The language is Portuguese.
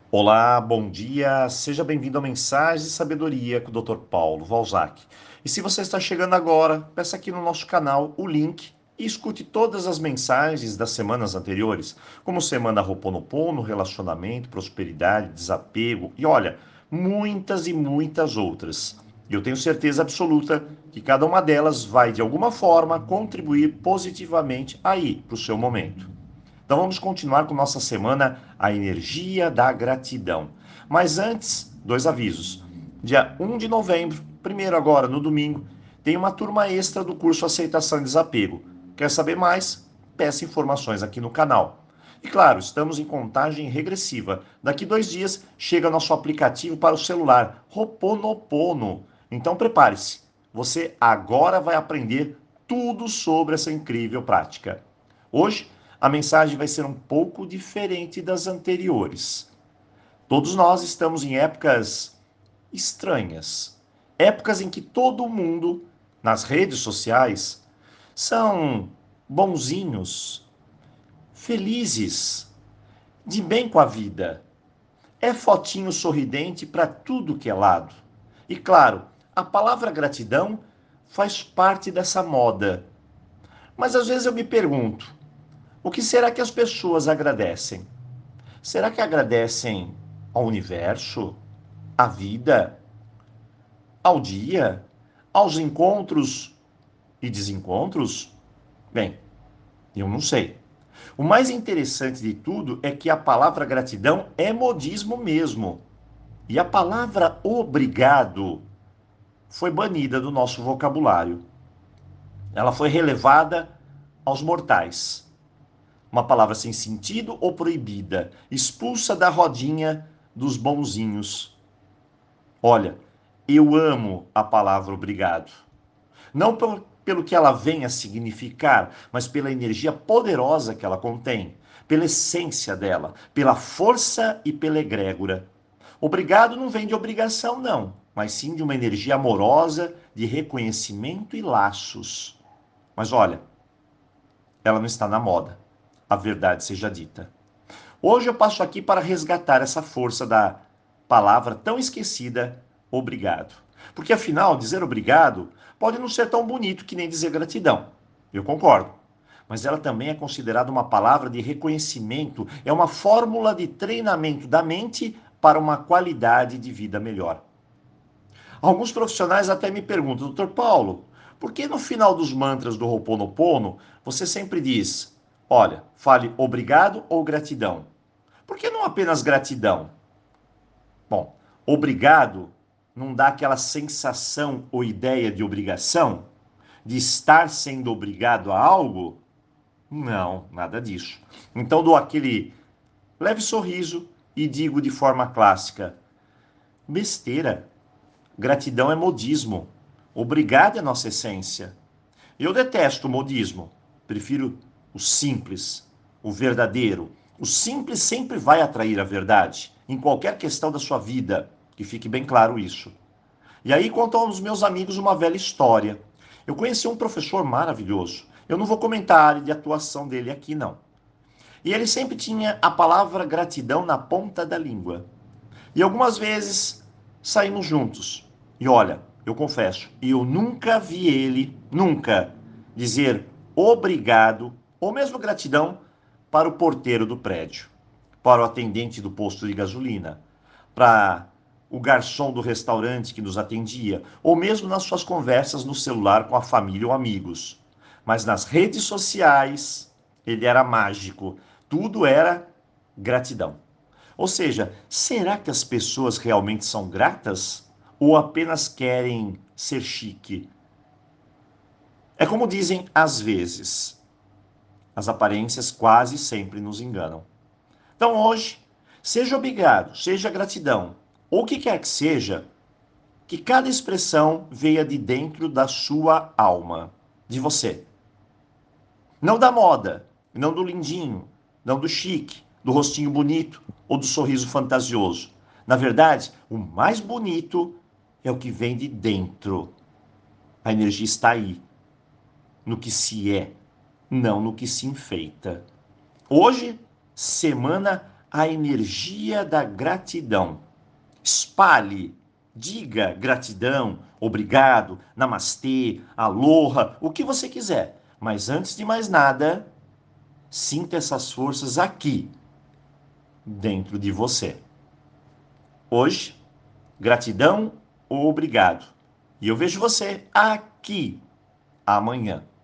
Olá, bom dia. Seja bem-vindo a Mensagem de Sabedoria com o Dr. Paulo Valzac. E se você está chegando agora, peça aqui no nosso canal o link e escute todas as mensagens das semanas anteriores, como Semana Ho'oponopono, Relacionamento, Prosperidade, Desapego e olha, muitas e muitas outras. E eu tenho certeza absoluta que cada uma delas vai, de alguma forma, contribuir positivamente aí para o seu momento. Então vamos continuar com nossa semana A Energia da Gratidão. Mas antes, dois avisos. Dia 1 de novembro, primeiro agora no domingo, tem uma turma extra do curso Aceitação e Desapego. Quer saber mais? Peça informações aqui no canal. E claro, estamos em contagem regressiva. Daqui 2 dias chega nosso aplicativo para o celular, Ho'oponopono. Então prepare-se. Você agora vai aprender tudo sobre essa incrível prática. Hoje, a mensagem vai ser um pouco diferente das anteriores. Todos nós estamos em épocas estranhas. Épocas em que todo mundo, nas redes sociais, são bonzinhos, felizes, de bem com a vida. É fotinho sorridente para tudo que é lado. E claro, a palavra gratidão faz parte dessa moda. Mas às vezes eu me pergunto, o que será que as pessoas agradecem? Será que agradecem ao universo, à vida, ao dia, aos encontros e desencontros? Bem, eu não sei. O mais interessante de tudo é que a palavra gratidão é modismo mesmo. E a palavra obrigado foi banida do nosso vocabulário. Ela foi relevada aos mortais. Uma palavra sem sentido ou proibida, expulsa da rodinha dos bonzinhos. Olha, eu amo a palavra obrigado. Não pelo que ela vem a significar, mas pela energia poderosa que ela contém, pela essência dela, pela força e pela egrégora. Obrigado não vem de obrigação, não, mas sim de uma energia amorosa, de reconhecimento e laços. Mas olha, ela não está na moda. A verdade seja dita. Hoje eu passo aqui para resgatar essa força da palavra tão esquecida, obrigado. Porque afinal, dizer obrigado pode não ser tão bonito que nem dizer gratidão. Eu concordo. Mas ela também é considerada uma palavra de reconhecimento, é uma fórmula de treinamento da mente para uma qualidade de vida melhor. Alguns profissionais até me perguntam, doutor Paulo, por que no final dos mantras do Ho'oponopono você sempre diz, olha, fale obrigado ou gratidão? Por que não apenas gratidão? Bom, obrigado não dá aquela sensação ou ideia de obrigação? De estar sendo obrigado a algo? Não, nada disso. Então dou aquele leve sorriso e digo de forma clássica: besteira. Gratidão é modismo. Obrigado é nossa essência. Eu detesto o modismo. Prefiro o simples, o verdadeiro. O simples sempre vai atrair a verdade, em qualquer questão da sua vida, que fique bem claro isso. E aí conto aos meus amigos uma velha história. Eu conheci um professor maravilhoso. Eu não vou comentar a área de atuação dele aqui, não. E ele sempre tinha a palavra gratidão na ponta da língua. E algumas vezes saímos juntos. E olha, eu confesso, eu nunca vi ele, nunca, dizer obrigado ou mesmo gratidão para o porteiro do prédio, para o atendente do posto de gasolina, para o garçom do restaurante que nos atendia, ou mesmo nas suas conversas no celular com a família ou amigos. Mas nas redes sociais, ele era mágico. Tudo era gratidão. Ou seja, será que as pessoas realmente são gratas ou apenas querem ser chique? É como dizem às vezes, as aparências quase sempre nos enganam. Então hoje, seja obrigado, seja gratidão, ou o que quer que seja, que cada expressão venha de dentro da sua alma, de você. Não da moda, não do lindinho, não do chique, do rostinho bonito ou do sorriso fantasioso. Na verdade, o mais bonito é o que vem de dentro. A energia está aí, no que se é, não no que se enfeita. Hoje, semana a energia da gratidão. Espalhe, diga gratidão, obrigado, namastê, aloha, o que você quiser. Mas antes de mais nada, sinta essas forças aqui, dentro de você. Hoje, gratidão ou obrigado. E eu vejo você aqui amanhã.